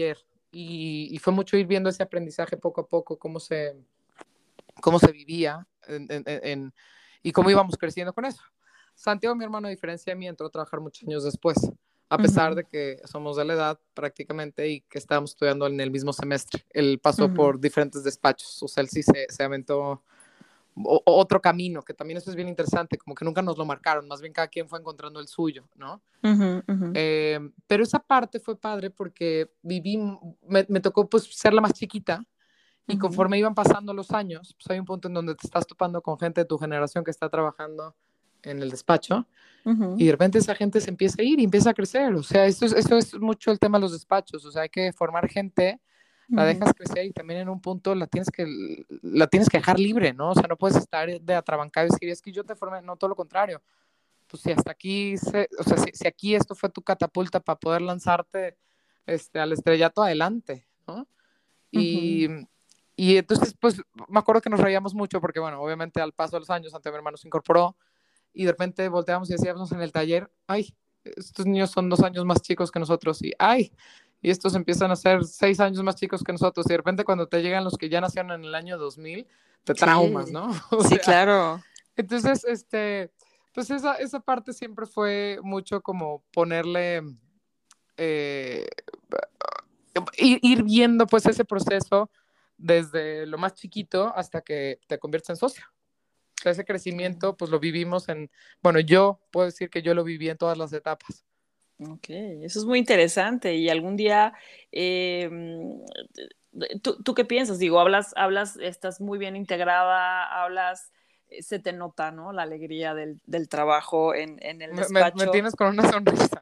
y, y fue mucho ir viendo ese aprendizaje poco a poco, cómo se, cómo se vivía en, en, en, y cómo íbamos creciendo con eso. Santiago, mi hermano, a diferencia de mí, entró a trabajar muchos años después, a pesar Uh-huh. de que somos de la edad prácticamente y que estábamos estudiando en el mismo semestre. Él pasó Uh-huh. por diferentes despachos, o sea, él sí se, se aventó o, otro camino, que también eso es bien interesante, como que nunca nos lo marcaron, más bien cada quien fue encontrando el suyo, ¿no? Uh-huh, uh-huh. Eh, pero esa parte fue padre porque viví, me, me tocó pues ser la más chiquita y Uh-huh. conforme iban pasando los años, pues hay un punto en donde te estás topando con gente de tu generación que está trabajando en el despacho Uh-huh. y de repente esa gente se empieza a ir y empieza a crecer, o sea, eso es, eso es mucho el tema de los despachos, o sea, hay que formar gente, la dejas crecer y también en un punto la tienes que, la tienes que dejar libre, ¿no? O sea, no puedes estar de atrabancado y decir, es que yo te formé, no, todo lo contrario. Pues si hasta aquí, se, o sea, si, si aquí esto fue tu catapulta para poder lanzarte este, al estrellato, adelante, ¿no? Y, Uh-huh. y entonces, pues, me acuerdo que nos reíamos mucho porque, bueno, obviamente al paso de los años, Santiago, mi hermano, se incorporó y de repente volteamos y decíamos en el taller, ay, estos niños son dos años más chicos que nosotros y, ay, y estos empiezan a ser seis años más chicos que nosotros y de repente cuando te llegan los que ya nacieron en el año dos mil, te traumas, Sí, ¿no? O sí, sea, claro. entonces, este, pues esa, esa parte siempre fue mucho como ponerle, eh, ir, ir viendo pues ese proceso desde lo más chiquito hasta que te conviertes en socio. O sea, ese Claro. crecimiento pues lo vivimos en, bueno, yo puedo decir que yo lo viví en todas las etapas. Ok, eso es muy interesante. Y algún día, eh, ¿tú, ¿tú qué piensas? Digo, hablas, hablas, estás muy bien integrada, hablas, eh, se te nota, ¿no? La alegría del, del trabajo en, en el Me, me, me despacho. tienes con una sonrisa.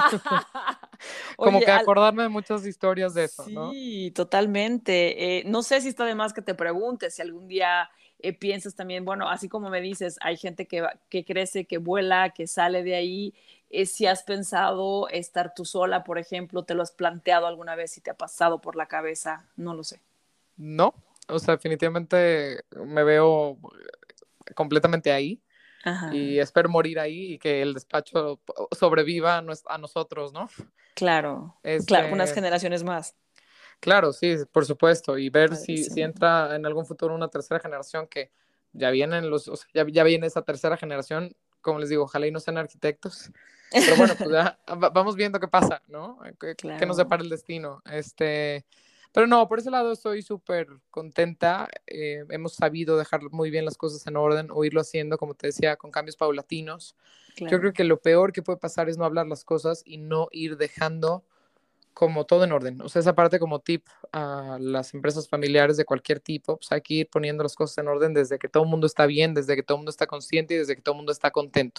Como Oye, que al- acordarme de muchas historias de eso, ¿no? sí, totalmente. Eh, no sé si está de más que te preguntes si algún día eh, piensas también, bueno, así como me dices, hay gente que, va- que crece, que vuela, que sale de ahí. Eh, si has pensado estar tú sola, por ejemplo, ¿te lo has planteado alguna vez si te ha pasado por la cabeza? No lo sé. No, o sea, definitivamente me veo completamente ahí y Ajá, espero morir ahí y que el despacho sobreviva a, nos, a nosotros, ¿no? claro, claro, unas Este, generaciones más. claro, sí, por supuesto, y ver si, si Padrísimo. entra en algún futuro una tercera generación que ya vienen los, o sea, ya, ya viene esa tercera generación, como les digo, ojalá y no sean arquitectos, pero bueno, pues ya va- vamos viendo qué pasa, ¿no? ¿Qué, qué nos Claro. depara el destino? Este, pero no, por ese lado estoy súper contenta, eh, hemos sabido dejar muy bien las cosas en orden o irlo haciendo, como te decía, con cambios paulatinos. Yo creo Claro. que lo peor que puede pasar es no hablar las cosas y no ir dejando como todo en orden. O sea, esa parte como tip a las empresas familiares de cualquier tipo, pues hay que ir poniendo las cosas en orden desde que todo el mundo está bien, desde que todo el mundo está consciente y desde que todo el mundo está contento.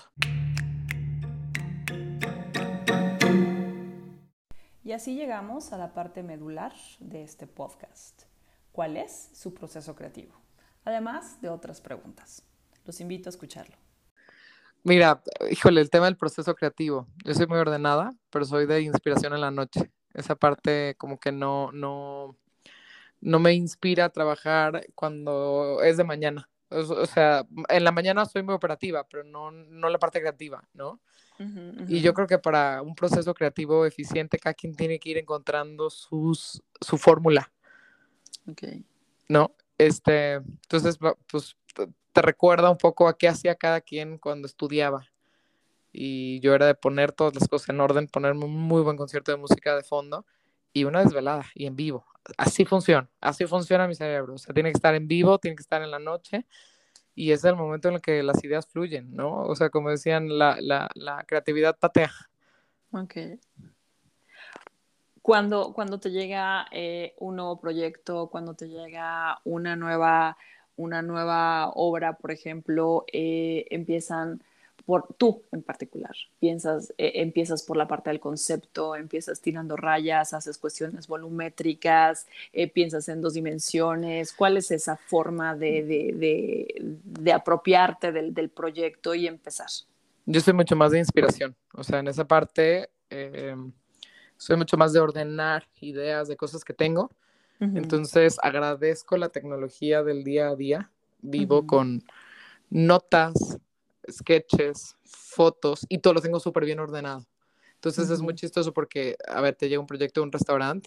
Y así llegamos a la parte medular de este podcast. ¿Cuál es su proceso creativo? Además de otras preguntas. Los invito a escucharlo. Mira, híjole, el tema del proceso creativo. Yo soy muy ordenada, pero soy de inspiración en la noche. Esa parte como que no, no, no me inspira a trabajar cuando es de mañana. O, o sea, en la mañana soy muy operativa, pero no, no la parte creativa, ¿no? Uh-huh, Y yo uh-huh. creo que para un proceso creativo eficiente, cada quien tiene que ir encontrando sus, su fórmula, Okay. ¿no? Este, entonces, pues te recuerda un poco a qué hacía cada quien cuando estudiaba. Y yo era de poner todas las cosas en orden, ponerme un muy buen concierto de música de fondo y una desvelada y en vivo. Así funciona, así funciona mi cerebro. O sea, tiene que estar en vivo, tiene que estar en la noche y ese es el momento en el que las ideas fluyen, ¿no? O sea, como decían, la, la, la creatividad patea. Okay. Cuando, cuando te llega eh, un nuevo proyecto, cuando te llega una nueva, una nueva obra, por ejemplo, eh, empiezan por tú en particular, piensas, eh, empiezas por la parte del concepto, empiezas tirando rayas, haces cuestiones volumétricas, eh, piensas en dos dimensiones. ¿Cuál es esa forma de, de, de, de apropiarte del, del proyecto y empezar? Yo soy mucho más de inspiración, o sea, en esa parte eh, soy mucho más de ordenar ideas de cosas que tengo. Uh-huh. Entonces agradezco la tecnología del día a día. Vivo Uh-huh. con notas, sketches, fotos y todo lo tengo súper bien ordenado. Entonces es muy Uh-huh. chistoso porque, a ver, te llega un proyecto de un restaurante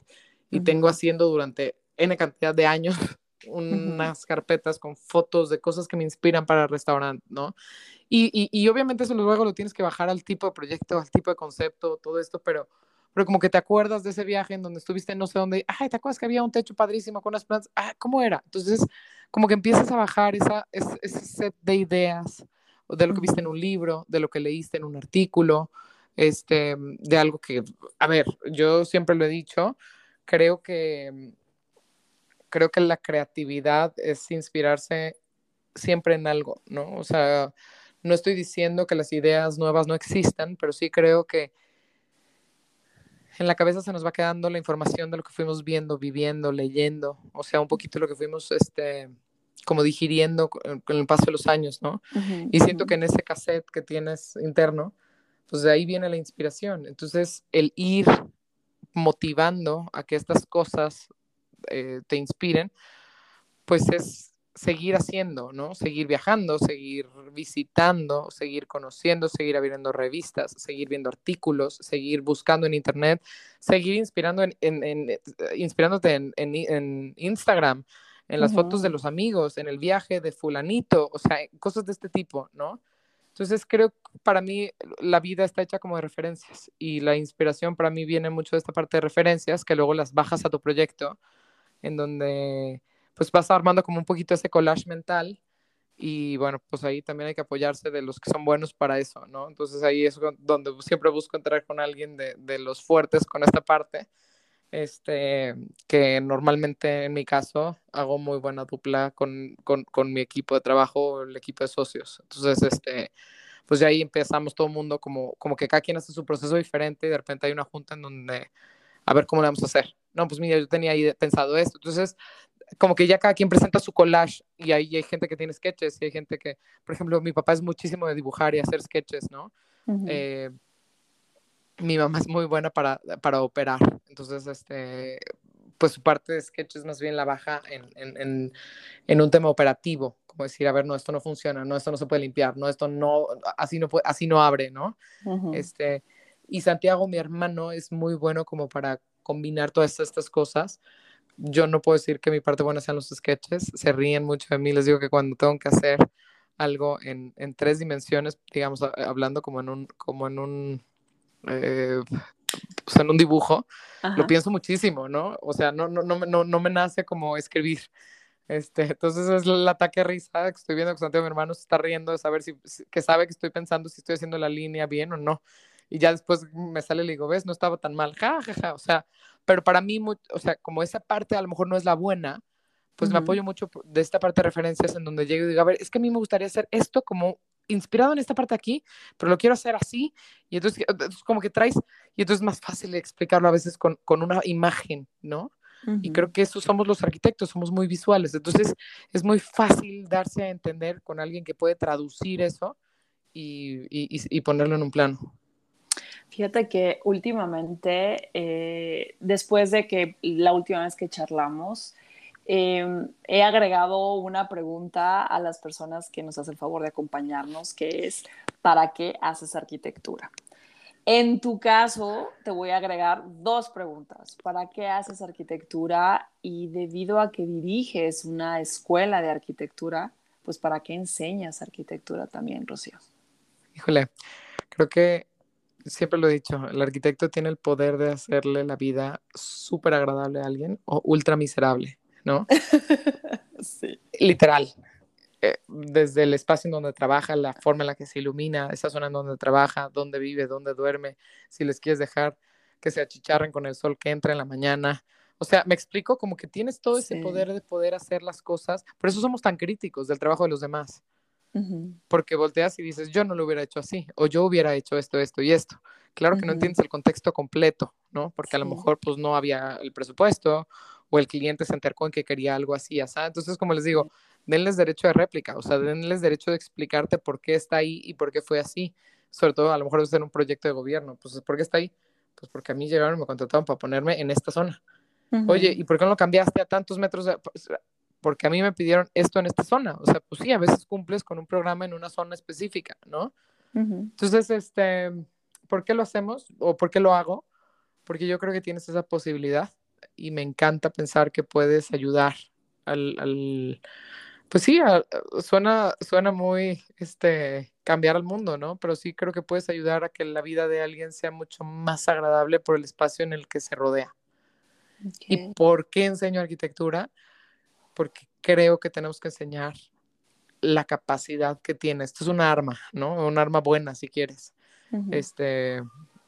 y uh-huh. tengo haciendo durante N cantidad de años unas uh-huh. carpetas con fotos de cosas que me inspiran para el restaurante, ¿no? Y, y, y obviamente eso luego lo tienes que bajar al tipo de proyecto, al tipo de concepto, todo esto, pero, pero como que te acuerdas de ese viaje en donde estuviste no sé dónde, ay, ¿te acuerdas que había un techo padrísimo con unas plantas? Ah, ¿cómo era? Entonces, como que empiezas a bajar esa, ese, ese set de ideas, de lo que viste en un libro, de lo que leíste en un artículo, este, de algo que, a ver, yo siempre lo he dicho, creo que, creo que la creatividad es inspirarse siempre en algo, ¿no? O sea, no estoy diciendo que las ideas nuevas no existan, pero sí creo que en la cabeza se nos va quedando la información de lo que fuimos viendo, viviendo, leyendo, o sea, un poquito lo que fuimos, este, como digiriendo con, con el paso de los años, ¿no? Uh-huh, y siento uh-huh. que en ese cassette que tienes interno, pues de ahí viene la inspiración. Entonces, el ir motivando a que estas cosas eh, te inspiren, pues es seguir haciendo, ¿no? Seguir viajando, seguir visitando, seguir conociendo, seguir abriendo revistas, seguir viendo artículos, seguir buscando en internet, seguir inspirando en, en, en, inspirándote en, en, en Instagram, en las uh-huh. fotos de los amigos, en el viaje de fulanito, o sea, cosas de este tipo, ¿no? Entonces creo que para mí la vida está hecha como de referencias y la inspiración para mí viene mucho de esta parte de referencias que luego las bajas a tu proyecto, en donde pues vas armando como un poquito ese collage mental y bueno, pues ahí también hay que apoyarse de los que son buenos para eso, ¿no? Entonces ahí es donde siempre busco entrar con alguien de, de los fuertes con esta parte, este, que normalmente en mi caso hago muy buena dupla con, con, con mi equipo de trabajo, el equipo de socios. Entonces, este, pues ya ahí empezamos todo el mundo como, como que cada quien hace su proceso diferente y de repente hay una junta en donde a ver cómo le vamos a hacer. No, pues mira, yo tenía ahí pensado esto. Entonces, como que ya cada quien presenta su collage y ahí hay gente que tiene sketches y hay gente que, por ejemplo, mi papá es muchísimo de dibujar y hacer sketches, ¿no? Uh-huh. Eh, mi mamá es muy buena para, para operar. Entonces, este, pues su parte de sketches más bien la baja en, en, en, en un tema operativo. Como decir, a ver, no, esto no funciona, no, esto no se puede limpiar, no, esto no, así no, puede, así no abre, ¿no? Uh-huh. Este, y Santiago, mi hermano, es muy bueno como para combinar todas estas cosas. Yo no puedo decir que mi parte buena sean los sketches, se ríen mucho de mí, les digo que cuando tengo que hacer algo en, en tres dimensiones, digamos, hablando como en un, como en un, eh, pues en un dibujo, ajá, lo pienso muchísimo, ¿no? O sea, no, no, no, no, no me nace como escribir. Este, entonces es el ataque de risa que estoy viendo que Santiago, mi hermano, se está riendo de saber si, que sabe que estoy pensando si estoy haciendo la línea bien o no. Y ya después me sale y le digo, ves, no estaba tan mal, ja, ja, ja, o sea, pero para mí, o sea, como esa parte a lo mejor no es la buena, pues uh-huh. me apoyo mucho de esta parte de referencias en donde llego y digo, a ver, es que a mí me gustaría hacer esto como inspirado en esta parte aquí, pero lo quiero hacer así, y entonces, entonces como que traes, y entonces es más fácil explicarlo a veces con, con una imagen, ¿no? Uh-huh. Y creo que eso somos los arquitectos, somos muy visuales, entonces es muy fácil darse a entender con alguien que puede traducir eso y, y, y ponerlo en un plano. Fíjate que últimamente, eh, después de que la última vez que charlamos, eh, he agregado una pregunta a las personas que nos hacen el favor de acompañarnos, que es, ¿para qué haces arquitectura? En tu caso, te voy a agregar dos preguntas. ¿Para qué haces arquitectura? Y debido a que diriges una escuela de arquitectura, pues ¿para qué enseñas arquitectura también, Rocío? Híjole, creo que siempre lo he dicho, el arquitecto tiene el poder de hacerle la vida súper agradable a alguien o ultra miserable, ¿no? Sí. Literal. Eh, desde el espacio en donde trabaja, la forma en la que se ilumina, esa zona en donde trabaja, dónde vive, dónde duerme, si les quieres dejar que se achicharren con el sol que entra en la mañana. O sea, me explico, como que tienes todo ese sí. poder de poder hacer las cosas, por eso somos tan críticos del trabajo de los demás. Uh-huh. Porque volteas y dices, yo no lo hubiera hecho así, o yo hubiera hecho esto, esto y esto. Claro que uh-huh. no entiendes el contexto completo, ¿no? Porque sí. a lo mejor pues no había el presupuesto, o el cliente se entercó en que quería algo así, así. Entonces, como les digo, denles derecho de réplica, o sea, denles derecho de explicarte por qué está ahí y por qué fue así. Sobre todo, a lo mejor es en un proyecto de gobierno. Pues, ¿por qué está ahí? Pues porque a mí llegaron y me contrataron para ponerme en esta zona. Uh-huh. Oye, ¿y por qué no lo cambiaste a tantos metros de...? Pues, porque a mí me pidieron esto en esta zona. O sea, pues sí, a veces cumples con un programa en una zona específica, ¿no? Uh-huh. Entonces, este, ¿por qué lo hacemos? ¿O por qué lo hago? Porque yo creo que tienes esa posibilidad y me encanta pensar que puedes ayudar al, al pues sí, a, suena, suena muy, este, cambiar al mundo, ¿no? Pero sí creo que puedes ayudar a que la vida de alguien sea mucho más agradable por el espacio en el que se rodea. ¿Y Okay. por qué enseño arquitectura? Porque creo que tenemos que enseñar la capacidad que tiene. Esto es un arma, ¿no? Un arma buena, si quieres. Ujú, Este,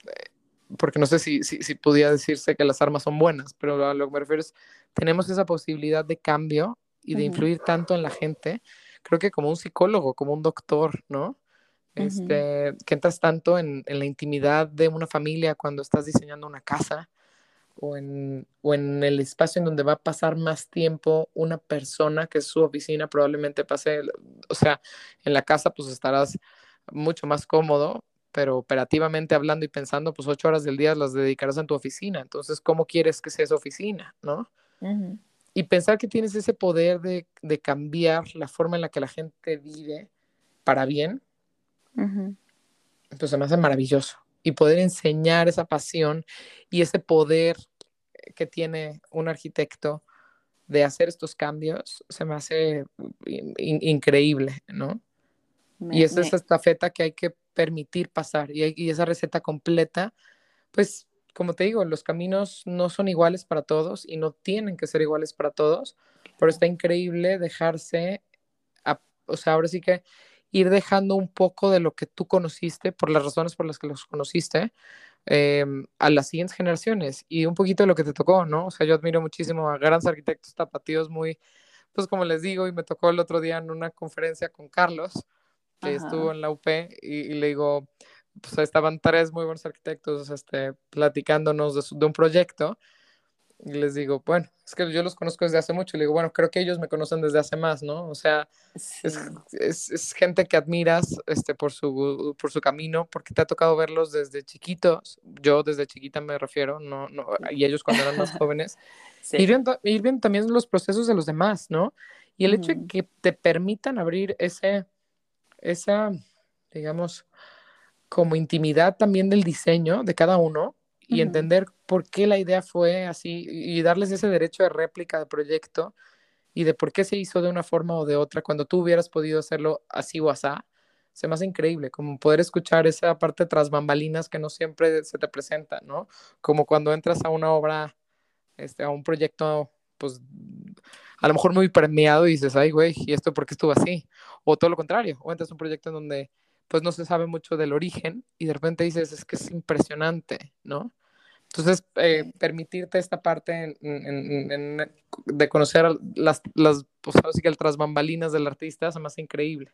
porque no sé si, si, si pudiera decirse que las armas son buenas, pero a lo que me refiero es, tenemos esa posibilidad de cambio y de ujú, influir tanto en la gente, creo que como un psicólogo, como un doctor, ¿no? ujú, Este, que entras tanto en, en la intimidad de una familia cuando estás diseñando una casa o en, o en el espacio en donde va a pasar más tiempo una persona que es su oficina, probablemente pase, o sea, en la casa pues estarás mucho más cómodo, pero operativamente hablando y pensando, pues ocho horas del día las dedicarás en tu oficina. Entonces, ¿cómo quieres que sea esa oficina, no? ujú, Y pensar que tienes ese poder de, de cambiar la forma en la que la gente vive para bien, ujú. pues se me hace maravilloso. Y poder enseñar esa pasión y ese poder que tiene un arquitecto de hacer estos cambios, se me hace in- in- increíble, ¿no? Y Me, es esa me, estafeta que hay que permitir pasar. Y, hay- y esa receta completa, pues, como te digo, los caminos no son iguales para todos y no tienen que ser iguales para todos, pero está increíble dejarse, a- o sea, ahora sí que ir dejando un poco de lo que tú conociste por las razones por las que los conociste eh, a las siguientes generaciones y un poquito de lo que te tocó, ¿no? O sea, yo admiro muchísimo a grandes arquitectos tapatíos muy, pues como les digo, y me tocó el otro día en una conferencia con Carlos, que estuvo ajá. en la U P, y, y le digo, pues estaban tres muy buenos arquitectos este, platicándonos de, su, de un proyecto, y les digo, bueno, es que yo los conozco desde hace mucho, y le digo, bueno, creo que ellos me conocen desde hace más, ¿no? O sea, es, Sí. es, es gente que admiras este, por, su, por su camino, porque te ha tocado verlos desde chiquitos, yo desde chiquita me refiero, no, no, y ellos cuando eran más jóvenes, ir Sí. viendo, ir viendo también los procesos de los demás, ¿no? Y el hecho de Ujú, que te permitan abrir ese, esa, digamos, como intimidad también del diseño de cada uno y ujú. entender por qué la idea fue así y darles ese derecho de réplica de proyecto y de por qué se hizo de una forma o de otra cuando tú hubieras podido hacerlo así o asá, se me hace increíble, como poder escuchar esa parte tras bambalinas que no siempre se te presenta, ¿no? Como cuando entras a una obra, este, a un proyecto, pues a lo mejor muy premiado y dices, ay, güey, ¿y esto por qué estuvo así? O todo lo contrario, o entras a un proyecto en donde pues no se sabe mucho del origen y de repente dices, es que es impresionante, ¿no? Entonces, eh, Sí. permitirte esta parte en, en, en, de conocer las, las pues ahora sí que el tras bambalinas del artista se me hace increíble.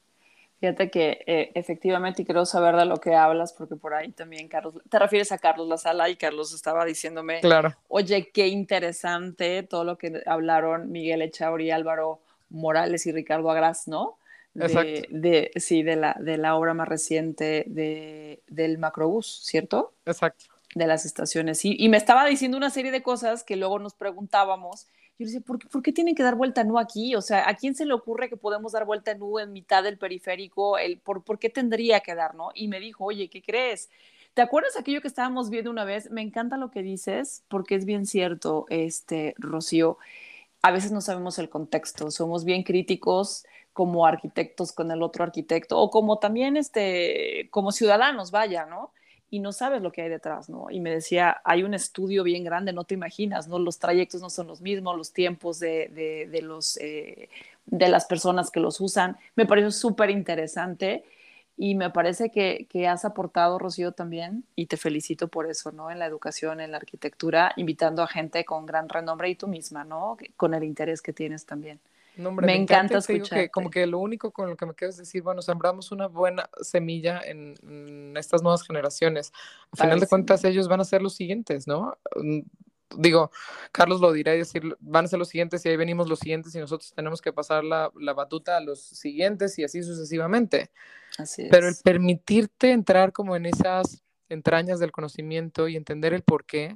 Fíjate que eh, efectivamente y quiero saber de lo que hablas porque por ahí también Carlos, te refieres a Carlos La Sala y Carlos estaba diciéndome, Claro, oye, qué interesante todo lo que hablaron Miguel Echauri, Álvaro Morales y Ricardo Agras, ¿no? exacto, De, de, sí, de la, de la obra más reciente de, del Macrobús, ¿cierto? exacto. De las estaciones. Y, y me estaba diciendo una serie de cosas que luego nos preguntábamos. Yo le decía, ¿por qué, ¿por qué tienen que dar vuelta en U aquí? O sea, ¿a quién se le ocurre que podemos dar vuelta en U en mitad del periférico? El, ¿por, ¿Por qué tendría que dar, no? Y me dijo, oye, ¿qué crees? ¿Te acuerdas aquello que estábamos viendo una vez? Me encanta lo que dices, porque es bien cierto, este, Rocío. A veces no sabemos el contexto, somos bien críticos como arquitectos con el otro arquitecto o como también este, como ciudadanos, vaya, ¿no? Y no sabes lo que hay detrás, ¿no? Y me decía, hay un estudio bien grande, no te imaginas, ¿no? Los trayectos no son los mismos, los tiempos de, de, de los, eh, de las personas que los usan. Me pareció súper interesante y me parece que, que has aportado, Rocío, también, y te felicito por eso, ¿no? En la educación, en la arquitectura, invitando a gente con gran renombre y tú misma, ¿no? Con el interés que tienes también. No, hombre, Me me encanta encanta y te digo que como escucharte. que lo único con lo que me quedo es decir, bueno, sembramos una buena semilla en, en estas nuevas generaciones. Al final de Padrísimo. cuentas, ellos van a ser los siguientes, ¿no? Mm, Digo, Carlos lo dirá y decir, van a ser los siguientes y ahí venimos los siguientes y nosotros tenemos que pasar la, la batuta a los siguientes y así sucesivamente. Así Pero el es. permitirte entrar como en esas entrañas del conocimiento y entender el por qué,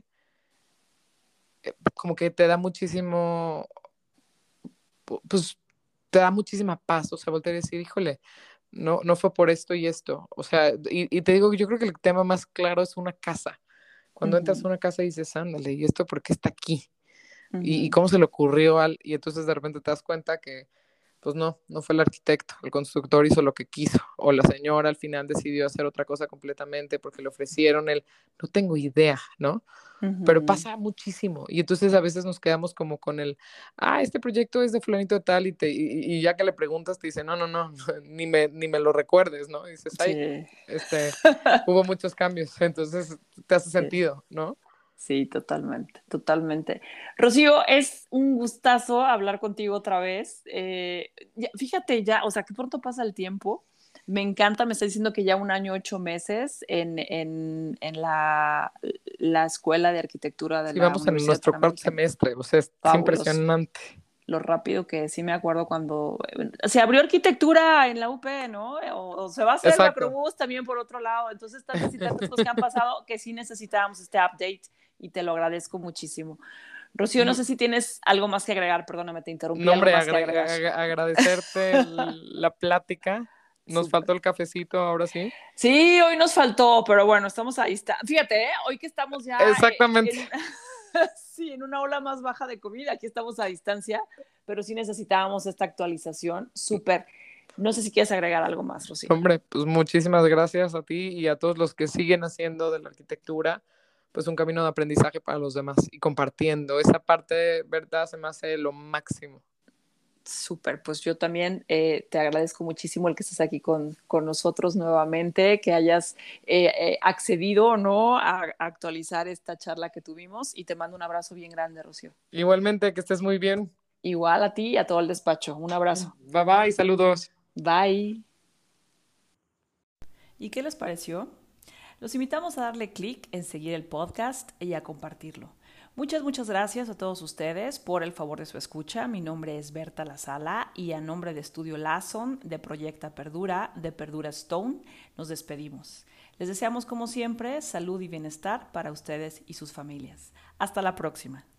eh, como que te da muchísimo, pu- pues te da muchísima paz, o sea, voltear y decir, híjole, no, no fue por esto y esto. O sea, y, y te digo, yo creo que el tema más claro es una casa. Cuando Uh-huh. entras a una casa y dices, ándale, ¿y esto por qué está aquí? Uh-huh. ¿Y, y cómo se le ocurrió al...? Y entonces de repente te das cuenta que, pues no, no fue el arquitecto, el constructor hizo lo que quiso, o la señora al final decidió hacer otra cosa completamente porque le ofrecieron el, no tengo idea, ¿no? Uh-huh. Pero pasa muchísimo, y entonces a veces nos quedamos como con el, ah, este proyecto es de fulanito de tal, y, te, y, y ya que le preguntas te dice, no, no, no, ni me, ni me lo recuerdes, ¿no? Y dices, ay, Sí. este, hubo muchos cambios, entonces te hace Sí. sentido, ¿no? Sí, totalmente, totalmente. Rocío, es un gustazo hablar contigo otra vez. Eh, ya, fíjate ya, o sea, que pronto pasa el tiempo. Me encanta, me está diciendo que ya un año, ocho meses en, en, en la, la Escuela de Arquitectura de Sí, la vamos en Universidad nuestro cuarto Panamericana. semestre, o sea, es Fabuloso. impresionante. Lo rápido que sí me acuerdo cuando se abrió arquitectura en la U P, ¿no? O, o se va a hacer la Exacto. Acrobús también por otro lado. Entonces, tantas y tantas cosas que han pasado que sí necesitábamos este update y te lo agradezco muchísimo. Rocío, no sé si tienes algo más que agregar, perdóname, te interrumpí. No, hombre, algo más agra que agregar. ag agradecerte el, la plática. Nos Súper. faltó el cafecito, ahora sí. Sí, hoy nos faltó, pero bueno, estamos ahí. Está. Fíjate, ¿eh? Hoy que estamos ya Exactamente. en, sí, en una ola más baja de COVID, aquí estamos a distancia, pero sí necesitábamos esta actualización. Súper. No sé si quieres agregar algo más, Rocío. Hombre, pues muchísimas gracias a ti y a todos los que siguen haciendo de la arquitectura pues un camino de aprendizaje para los demás y compartiendo. Esa parte, verdad, se me hace lo máximo. Súper, pues yo también eh, te agradezco muchísimo el que estés aquí con, con nosotros nuevamente, que hayas eh, eh, accedido, ¿no?, a, a actualizar esta charla que tuvimos, y te mando un abrazo bien grande, Rocío. Igualmente, que estés muy bien. Igual a ti y a todo el despacho. Un abrazo. Bye bye, saludos. Bye. ¿Y qué les pareció? Los invitamos a darle clic en seguir el podcast y a compartirlo. Muchas, muchas gracias a todos ustedes por el favor de su escucha. Mi nombre es Berta La Sala y a nombre de Estudio Lason, de Proyecta Perdura, de Perdura Stone, nos despedimos. Les deseamos, como siempre, salud y bienestar para ustedes y sus familias. Hasta la próxima.